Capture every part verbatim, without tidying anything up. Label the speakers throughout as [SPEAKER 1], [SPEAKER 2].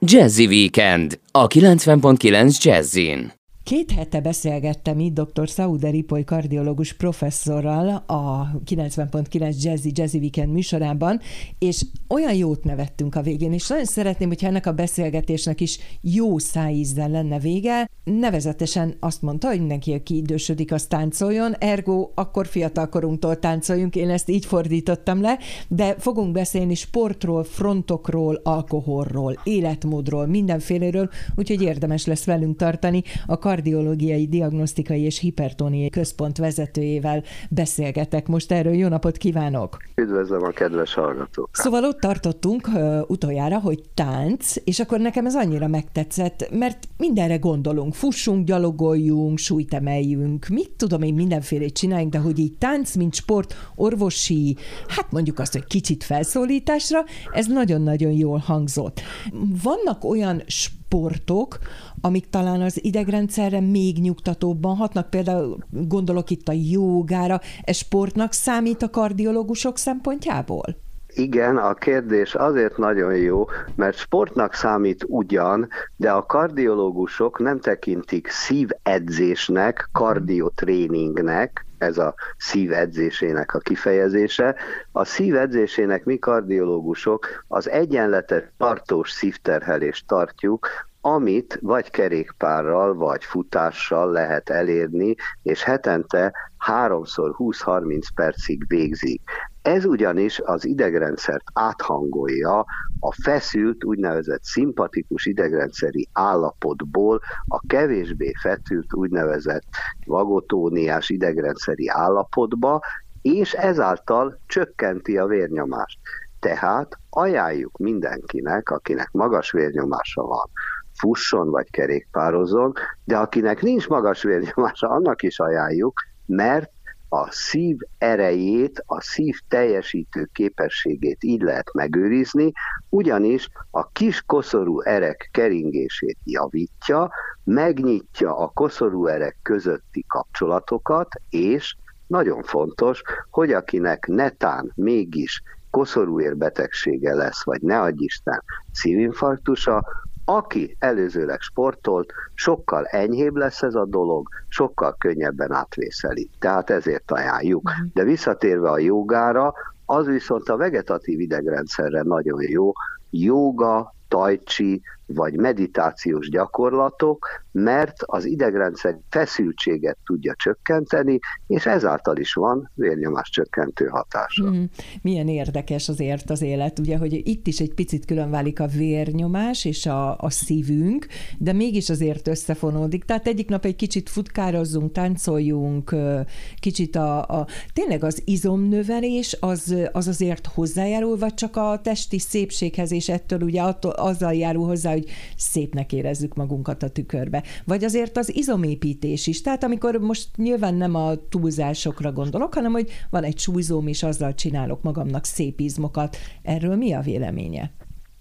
[SPEAKER 1] Jazzy Weekend a kilencven pont kilenc Jazzin.
[SPEAKER 2] Két hete beszélgettem itt dr. Szauder Ipoly kardiológus professzorral a kilencven pont kilenc Jazzy, Jazzy Weekend műsorában, és olyan jót nevettünk a végén, és nagyon szeretném, hogyha ennek a beszélgetésnek is jó szájízzel lenne vége. Nevezetesen azt mondta, hogy mindenki, aki idősödik, az táncoljon, ergo akkor fiatalkorunktól táncoljunk, én ezt így fordítottam le, de fogunk beszélni sportról, frontokról, alkoholról, életmódról, mindenféléről, úgyhogy érdemes lesz velünk tartani. A Kardiológiai, Diagnosztikai és Hipertóniai Központ vezetőjével beszélgetek most erről. Jó napot kívánok!
[SPEAKER 3] Üdvözlöm a kedves hallgatókat!
[SPEAKER 2] Szóval ott tartottunk uh, utoljára, hogy tánc, és akkor nekem ez annyira megtetszett, mert mindenre gondolunk, fussunk, gyalogoljunk, súlyt emeljünk, mit tudom én, mindenfélét csináljunk, de hogy így tánc, mint sport, orvosi, hát mondjuk azt, hogy kicsit felszólításra, ez nagyon-nagyon jól hangzott. Vannak olyan sportok, amik talán az idegrendszerre még nyugtatóbban hatnak, például gondolok itt a jógára, ez sportnak számít a kardiológusok szempontjából?
[SPEAKER 3] Igen, a kérdés azért nagyon jó, mert sportnak számít ugyan, de a kardiológusok nem tekintik szívedzésnek, kardiotréningnek, ez a szív edzésének a kifejezése. A szív edzésének mi kardiológusok az egyenletes tartós szívterhelést tartjuk, amit vagy kerékpárral, vagy futással lehet elérni, és hetente háromszor húsz-harminc percig végzik. Ez ugyanis az idegrendszert áthangolja a feszült, úgynevezett szimpatikus idegrendszeri állapotból a kevésbé feszült, úgynevezett vagotóniás idegrendszeri állapotba, és ezáltal csökkenti a vérnyomást. Tehát ajánljuk mindenkinek, akinek magas vérnyomása van, fusson vagy kerékpározzon, de akinek nincs magas vérnyomása, annak is ajánljuk, mert a szív erejét, a szív teljesítő képességét így lehet megőrizni, ugyanis a kis koszorú erek keringését javítja, megnyitja a koszorú erek közötti kapcsolatokat, és nagyon fontos, hogy akinek netán mégis koszorúérbetegsége lesz, vagy ne adj Isten szívinfarktusa, aki előzőleg sportolt, sokkal enyhébb lesz ez a dolog, sokkal könnyebben átvészeli. Tehát ezért ajánljuk. De visszatérve a jógára, az viszont a vegetatív idegrendszerre nagyon jó. Jóga, tai chi vagy meditációs gyakorlatok, mert az idegrendszer feszültséget tudja csökkenteni, és ezáltal is van vérnyomás csökkentő hatása.
[SPEAKER 2] Hmm, milyen érdekes azért az élet, ugye, hogy itt is egy picit külön válik a vérnyomás és a, a szívünk, de mégis azért összefonódik. Tehát egyik nap egy kicsit futkározzunk, táncoljunk, kicsit a, a tényleg az izomnövelés az, az azért hozzájárul, vagy csak a testi szépséghez, és ettől ugye attól, azzal járul hozzá, hogy szépnek érezzük magunkat a tükörbe. Vagy azért az izomépítés is. Tehát amikor most nyilván nem a túlzásokra gondolok, hanem hogy van egy súlyzóm, és azzal csinálok magamnak szép izmokat. Erről mi a véleménye?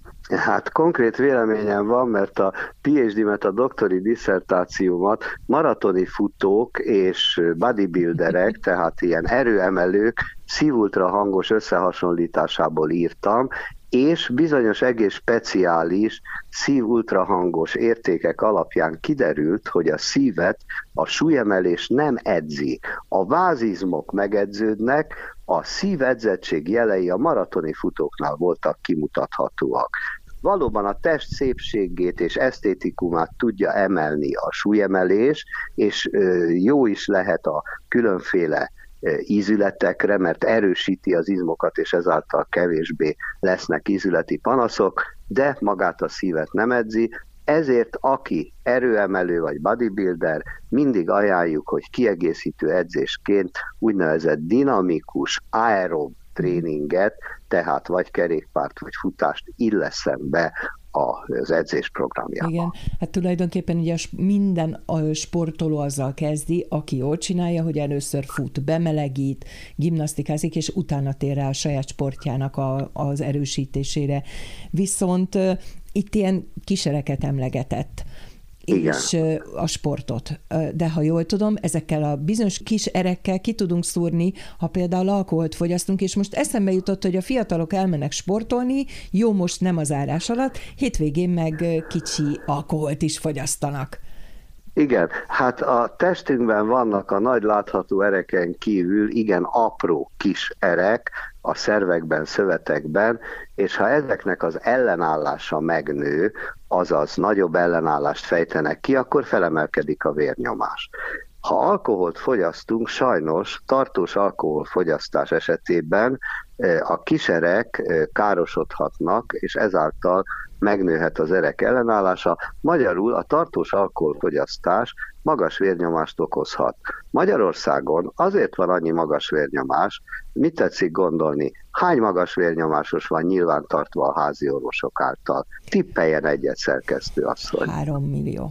[SPEAKER 3] Hát konkrét véleményem van, mert a pé há dé-met, a doktori disszertációmat maratoni futók és bodybuilderek, tehát ilyen erőemelők szívultra hangos összehasonlításából írtam, és bizonyos egész speciális szív-ultrahangos értékek alapján kiderült, hogy a szívet a súlyemelés nem edzi. A vázizmok megedződnek, a szívedzettség jelei a maratoni futóknál voltak kimutathatóak. Valóban a test szépségét és esztétikumát tudja emelni a súlyemelés, és jó is lehet a különféle ízületekre, mert erősíti az izmokat, és ezáltal kevésbé lesznek ízületi panaszok, de magát a szívet nem edzi, ezért aki erőemelő vagy bodybuilder, mindig ajánljuk, hogy kiegészítő edzésként úgynevezett dinamikus, aerob tréninget, tehát vagy kerékpárt, vagy futást illeszem be az edzés programjában.
[SPEAKER 2] Igen, hát tulajdonképpen ugye minden sportoló azzal kezdi, aki jól csinálja, hogy először fut, bemelegít, gimnasztikázik, és utána tér rá a saját sportjának a, az erősítésére. Viszont itt ilyen kíséreket emlegetett. és Igen. a sportot. De ha jól tudom, ezekkel a bizonyos kis erekkel ki tudunk szúrni, ha például alkoholt fogyasztunk, és most eszembe jutott, hogy a fiatalok elmennek sportolni, jó, most nem az árás alatt, hétvégén meg kicsi alkoholt is fogyasztanak.
[SPEAKER 3] Igen, hát a testünkben vannak a nagy látható ereken kívül igen apró kis erek a szervekben, szövetekben, és ha ezeknek az ellenállása megnő, azaz nagyobb ellenállást fejtenek ki, akkor felemelkedik a vérnyomás. Ha alkoholt fogyasztunk, sajnos tartós alkoholfogyasztás esetében a kiserek károsodhatnak, és ezáltal megnőhet az erek ellenállása. Magyarul a tartós alkoholfogyasztás magas vérnyomást okozhat. Magyarországon azért van annyi magas vérnyomás, mit tetszik gondolni? Hány magas vérnyomásos van nyilvántartva a házi orvosok által? Tippeljen egyet, szerkesztő asszony.
[SPEAKER 2] Három millió.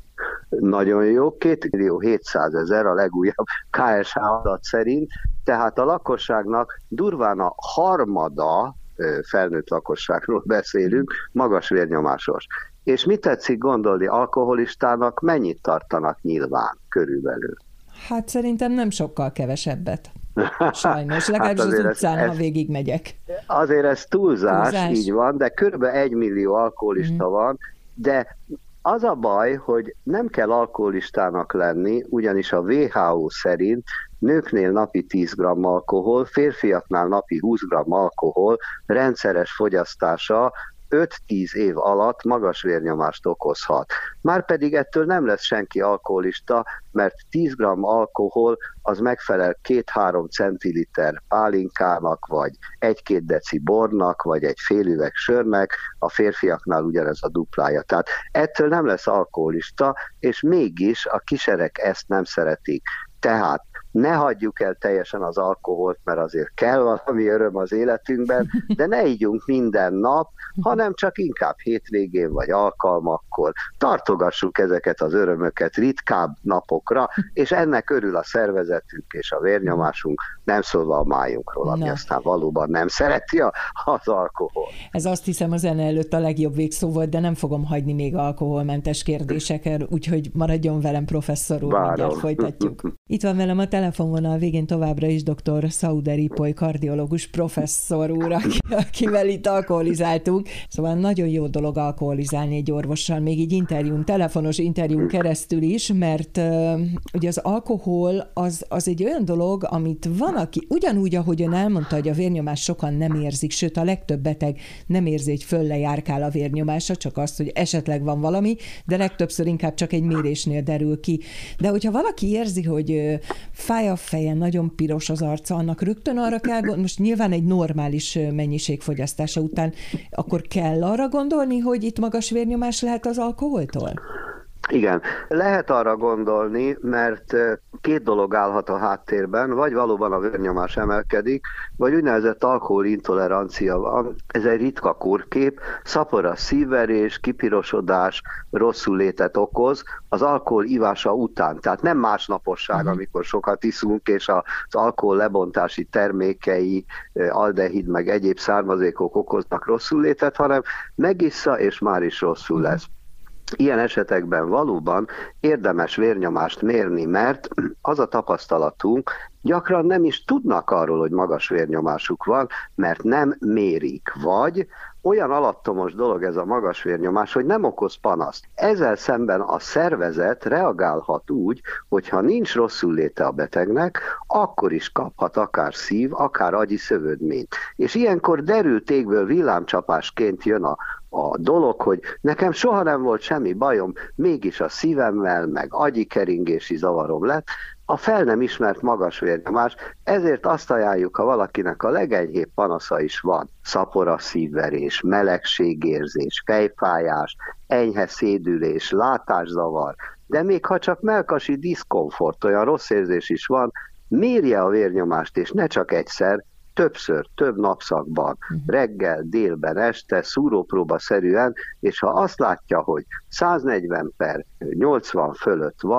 [SPEAKER 3] Nagyon jó, két millió hétszázezer a legújabb ká es há adat szerint, tehát a lakosságnak durván a harmada, felnőtt lakosságról beszélünk, magas vérnyomásos. És mit tetszik gondolni, alkoholistának mennyit tartanak nyilván körülbelül?
[SPEAKER 2] Hát szerintem nem sokkal kevesebbet. Sajnos, legalábbis hát az utcán, ez, ha végigmegyek.
[SPEAKER 3] Azért ez túlzás, túlzás, így van, de körülbelül egy millió alkoholista mm. van, de az a baj, hogy nem kell alkoholistának lenni, ugyanis a vé há ó szerint nőknél napi tíz gramm alkohol, férfiaknál napi húsz gramm alkohol rendszeres fogyasztása öt-tíz év alatt magas vérnyomást okozhat. Márpedig ettől nem lesz senki alkoholista, mert tíz gramm alkohol az megfelel két-három centiliter pálinkának, vagy egy-két deci bornak, vagy egy fél üveg sörnek, a férfiaknál ugyanez a duplája. Tehát ettől nem lesz alkoholista, és mégis a kiserek ezt nem szeretik. Tehát ne hagyjuk el teljesen az alkoholt, mert azért kell valami öröm az életünkben, de ne ígyunk minden nap, hanem csak inkább hétvégén vagy alkalmakkor. Tartogassuk ezeket az örömöket ritkább napokra, és ennek örül a szervezetünk és a vérnyomásunk, nem szólva a májunkról, ami Na. aztán valóban nem szereti a, az alkohol.
[SPEAKER 2] Ez azt hiszem a zene előtt a legjobb végszó volt, de nem fogom hagyni még alkoholmentes kérdéseket, úgyhogy maradjon velem, professzor úr, mindjárt folytatjuk. Itt van velem a telefonvonal végén továbbra is dr. Sauder Ipoly kardiológus professzor úr, akivel itt alkoholizáltunk. Szóval nagyon jó dolog alkoholizálni egy orvossal, még így interjún, telefonos interjún keresztül is, mert uh, ugye az alkohol az, az egy olyan dolog, amit van, aki ugyanúgy, ahogy ön elmondta, hogy a vérnyomás sokan nem érzik, sőt a legtöbb beteg nem érzi, hogy fölle járkál a vérnyomása, csak azt, hogy esetleg van valami, de legtöbbször inkább csak egy mérésnél derül ki. De hogyha valaki érzi, hogy fáj a feje, nagyon piros az arca, annak rögtön arra kell gondolni, most nyilván egy normális mennyiség fogyasztása után, akkor kell arra gondolni, hogy itt magas vérnyomás lehet az alkoholtól?
[SPEAKER 3] Igen, lehet arra gondolni, mert két dolog állhat a háttérben, vagy valóban a vérnyomás emelkedik, vagy úgynevezett alkoholintolerancia van. Ez egy ritka kórkép, szaporas szívverés, kipirosodás, rosszul létet okoz az alkohol ivása után. Tehát nem másnaposság, amikor sokat iszunk, és az alkohol lebontási termékei, aldehid meg egyéb származékok okoznak rosszul létet, hanem megissza, és már is rosszul lesz. Ilyen esetekben valóban érdemes vérnyomást mérni, mert az a tapasztalatunk, gyakran nem is tudnak arról, hogy magas vérnyomásuk van, mert nem mérik, vagy olyan alattomos dolog ez a magas vérnyomás, hogy nem okoz panaszt. Ezzel szemben a szervezet reagálhat úgy, hogyha nincs rosszul léte a betegnek, akkor is kaphat akár szív, akár agyi szövődményt. És ilyenkor derült égből villámcsapásként jön a a dolog, hogy nekem soha nem volt semmi bajom, mégis a szívemmel, meg agyi keringési zavarom lett, a fel nem ismert magas vérnyomás, ezért azt ajánljuk, ha valakinek a legenyhébb panasza is van, szaporas szívverés, melegségérzés, fejfájás, enyhe szédülés, látászavar, de még ha csak mellkasi diszkomfort, olyan rossz érzés is van, mérje a vérnyomást, és ne csak egyszer, többször, több napszakban, reggel, délben, este, szúrópróba-szerűen, és ha azt látja, hogy száznegyven per nyolcvan fölött van,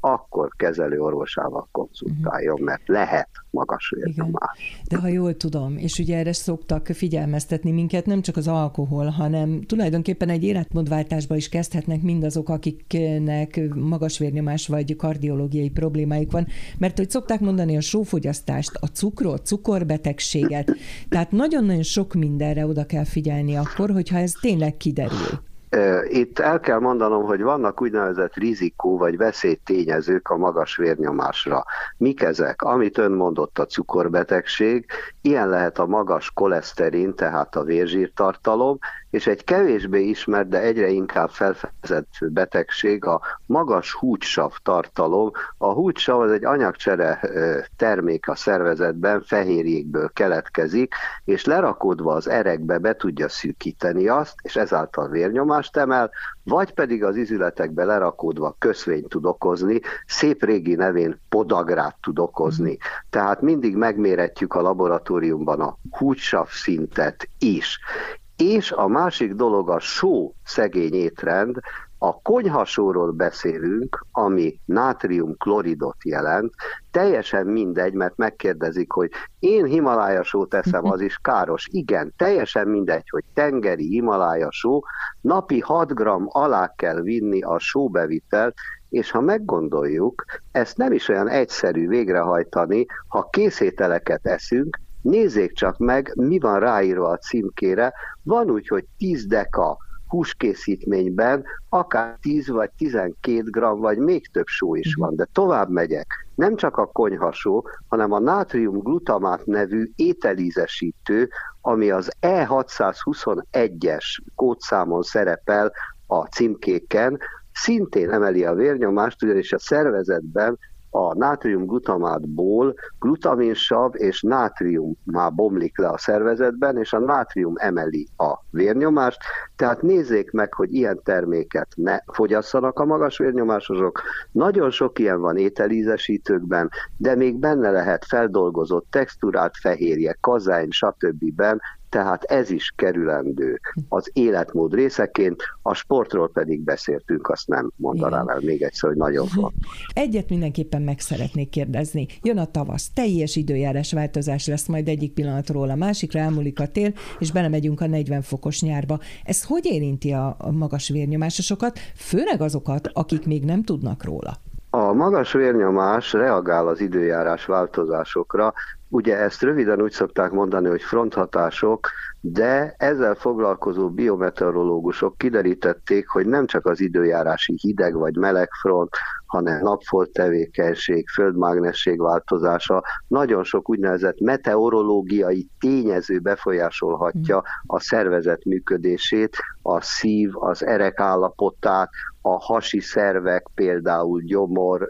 [SPEAKER 3] akkor kezelő orvosával konzultáljon, mert lehet magas vérnyomás.
[SPEAKER 2] De ha jól tudom, és ugye erre szoktak figyelmeztetni minket, nem csak az alkohol, hanem tulajdonképpen egy életmódváltásba is kezdhetnek mindazok, akiknek magas vérnyomás vagy kardiológiai problémájuk van, mert hogy szokták mondani a sófogyasztást, a cukrot, cukorbetegséget, tehát nagyon-nagyon sok mindenre oda kell figyelni akkor, hogyha ez tényleg kiderül.
[SPEAKER 3] Itt el kell mondanom, hogy vannak úgynevezett rizikó vagy veszélytényezők a magas vérnyomásra. Mik ezek? Amit ön mondott, a cukorbetegség, ilyen lehet a magas koleszterin, tehát a vérzsírtartalom, és egy kevésbé ismert, de egyre inkább felfedezett betegség a magas húgysav tartalom. A húgysav az egy anyagcsere termék a szervezetben, fehérjékből keletkezik, és lerakódva az erekbe be tudja szűkíteni azt, és ezáltal vérnyomást emel, vagy pedig az izületekbe lerakódva köszvényt tud okozni, szép régi nevén podagrát tud okozni. Tehát mindig megméretjük a laboratóriumban a húgysav szintet is. És a másik dolog a só szegény étrend, a konyhasóról beszélünk, ami nátrium-kloridot jelent, teljesen mindegy, mert megkérdezik, hogy én Himalája sót eszem, az is káros. Igen, teljesen mindegy, hogy tengeri Himalája só, napi hat gramm alá kell vinni a sóbevitelt, és ha meggondoljuk, ezt nem is olyan egyszerű végrehajtani, ha készételeket eszünk, nézzék csak meg, mi van ráírva a címkére. Van úgy, hogy tíz deka húskészítményben akár tíz vagy tizenkét gramm, vagy még több só is van, de tovább megyek. Nem csak a konyhasó, hanem a nátrium-glutamát nevű ételízesítő, ami az E hatszázhuszonegyes kódszámon szerepel a címkéken, szintén emeli a vérnyomást, ugyanis a szervezetben a nátrium-glutamátból glutaminsav és nátrium már bomlik le a szervezetben, és a nátrium emeli a vérnyomást, tehát nézzék meg, hogy ilyen terméket ne fogyasszanak a magas vérnyomásosok. Nagyon sok ilyen van ételízesítőkben, de még benne lehet feldolgozott textúrált fehérje, kazány, stb. Tehát ez is kerülendő az életmód részeként, a sportról pedig beszéltünk, azt nem mondanám el még egyszer, hogy nagyon fontos.
[SPEAKER 2] Egyet mindenképpen meg szeretnék kérdezni. Jön a tavasz, teljes időjárás változás lesz majd egyik pillanatról a másikra, elmúlik a tél, és belemegyünk a negyven fokos nyárba. Ez hogy érinti a magas vérnyomásosokat, főleg azokat, akik még nem tudnak róla?
[SPEAKER 3] A magas vérnyomás reagál az időjárás változásokra. Ugye ezt röviden úgy szokták mondani, hogy fronthatások, de ezzel foglalkozó biometeorológusok kiderítették, hogy nem csak az időjárási hideg vagy meleg front, hanem napfolt tevékenység, földmágnesség változása, nagyon sok úgynevezett meteorológiai tényező befolyásolhatja a szervezet működését, a szív, az erek állapotát, a hasi szervek, például gyomor,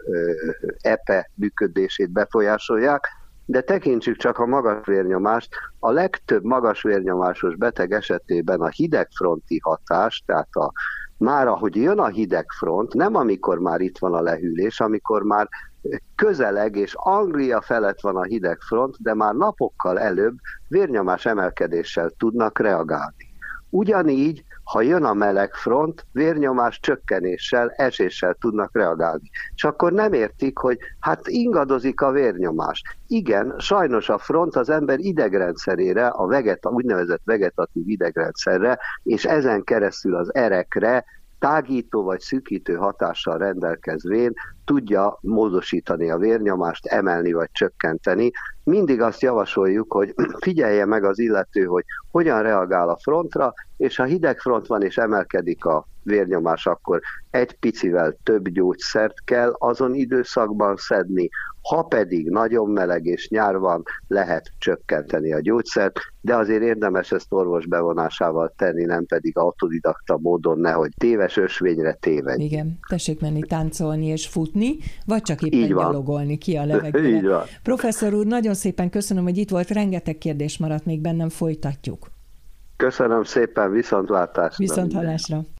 [SPEAKER 3] epe működését befolyásolják, de tekintsük csak a magas vérnyomást. A legtöbb magas vérnyomásos beteg esetében a hidegfronti hatás, tehát a, már ahogy jön a hidegfront, nem amikor már itt van a lehűlés, amikor már közeleg és Anglia felett van a hidegfront, de már napokkal előbb vérnyomás emelkedéssel tudnak reagálni. Ugyanígy, ha jön a meleg front, vérnyomás csökkenéssel, eséssel tudnak reagálni. És akkor nem értik, hogy hát ingadozik a vérnyomás. Igen, sajnos a front az ember idegrendszerére, a vegeta, úgynevezett vegetatív idegrendszerre, és ezen keresztül az erekre tágító vagy szűkítő hatással rendelkezvén tudja módosítani a vérnyomást, emelni vagy csökkenteni. Mindig azt javasoljuk, hogy figyelje meg az illető, hogy hogyan reagál a frontra, és ha hideg front van és emelkedik a vérnyomás, akkor egy picivel több gyógyszert kell azon időszakban szedni, ha pedig nagyon meleg és nyár van, lehet csökkenteni a gyógyszert, de azért érdemes ezt orvos bevonásával tenni, nem pedig autodidakta módon, nehogy téves ösvényre tévedj.
[SPEAKER 2] Igen, tessék menni táncolni és futni, vagy csak éppen gyalogolni ki a levegőre. Professzor úr, nagyon szépen köszönöm, hogy itt volt, rengeteg kérdés maradt még bennem, folytatjuk.
[SPEAKER 3] Köszönöm szépen, viszontlátásra.
[SPEAKER 2] Viszonthallásra.